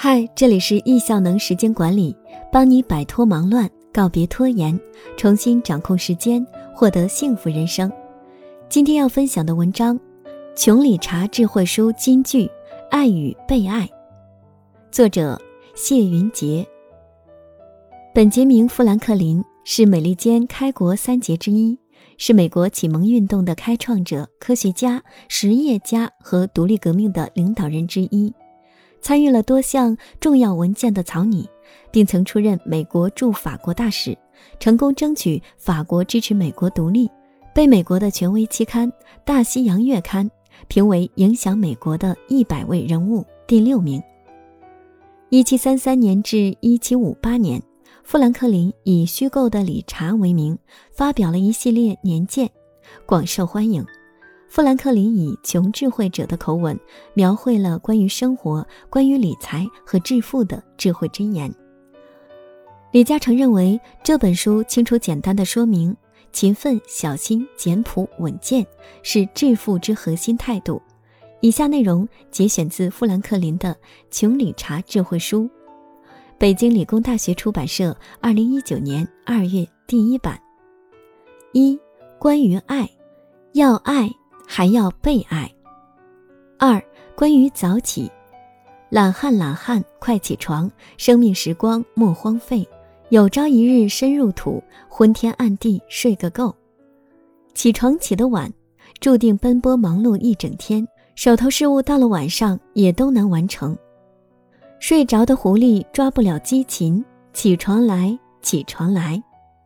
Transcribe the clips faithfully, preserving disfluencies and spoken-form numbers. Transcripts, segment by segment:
嗨，这里是易效能时间管理，帮你摆脱忙乱，告别拖延，重新掌控时间，获得幸福人生。今天要分享的文章，穷理查智慧书金句，爱与被爱，作者谢云杰。本杰明·富兰克林是美利坚开国三杰之一，是美国启蒙运动的开创者、科学家、实业家和独立革命的领导人之一，参与了多项重要文件的草拟，并曾出任美国驻法国大使，成功争取法国支持美国独立，被美国的权威期刊《大西洋月刊》评为影响美国的一百位人物第六名。一七三三年至一七五八年，富兰克林以虚构的理查为名，发表了一系列年鉴，广受欢迎。富兰克林以穷智慧者的口吻，描绘了关于生活、关于理财和致富的智慧箴言。李嘉诚认为这本书清楚简单地说明，勤奋、小心、简朴、稳健是致富之核心态度。以下内容节选自富兰克林的《穷理查智慧书》，北京理工大学出版社二零一九年二月第一版。一、关于爱，要爱还要被爱。二、关于早起，懒汉懒汉快起床，生命时光莫荒废，有朝一日深入土，昏天暗地睡个够。起床起得晚，注定奔波忙碌一整天，手头事务到了晚上也都难完成。睡着的狐狸抓不了鸡禽，起床来，起床来。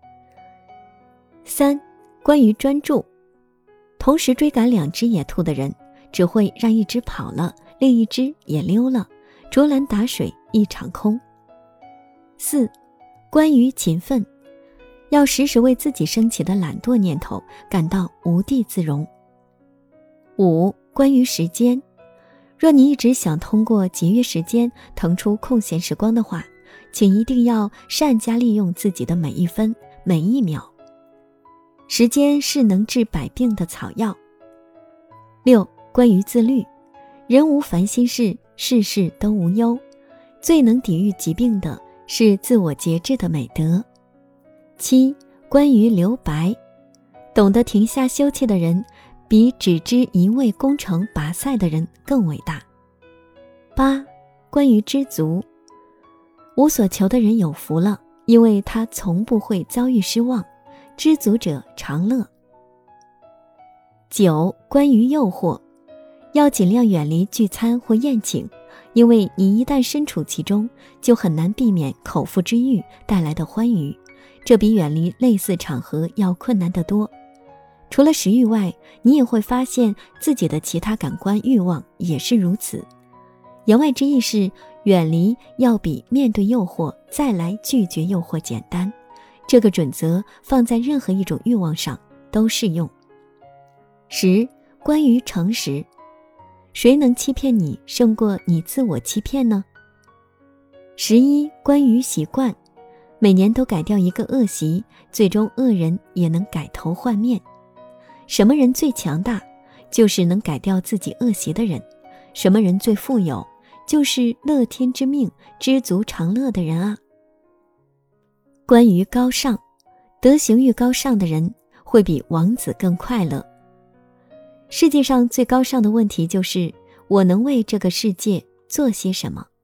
三、关于专注，同时追赶两只野兔的人，只会让一只跑了，另一只也溜了，竹篮打水一场空。四、关于勤奋，要时时为自己升起的懒惰念头感到无地自容。五、关于时间，若你一直想通过节约时间腾出空闲时光的话，请一定要善加利用自己的每一分每一秒。时间是能治百病的草药。六、关于自律，人无烦心事，事事都无忧，最能抵御疾病的是自我节制的美德。七、关于留白，懂得停下休憩的人比只知一味攻城拔塞的人更伟大。八、关于知足，无所求的人有福了，因为他从不会遭遇失望，知足者常乐。九、关于诱惑，要尽量远离聚餐或宴请，因为你一旦身处其中，就很难避免口腹之欲带来的欢愉，这比远离类似场合要困难得多。除了食欲外，你也会发现自己的其他感官欲望也是如此。言外之意是，远离要比面对诱惑再来拒绝诱惑简单，这个准则放在任何一种欲望上都适用。十、关于诚实，谁能欺骗你胜过你自我欺骗呢？十一、关于习惯，每年都改掉一个恶习，最终恶人也能改头换面。什么人最强大？就是能改掉自己恶习的人。什么人最富有？就是乐天之命、知足常乐的人啊。关于高尚，德行愈高尚的人会比王子更快乐。世界上最高尚的问题就是，我能为这个世界做些什么？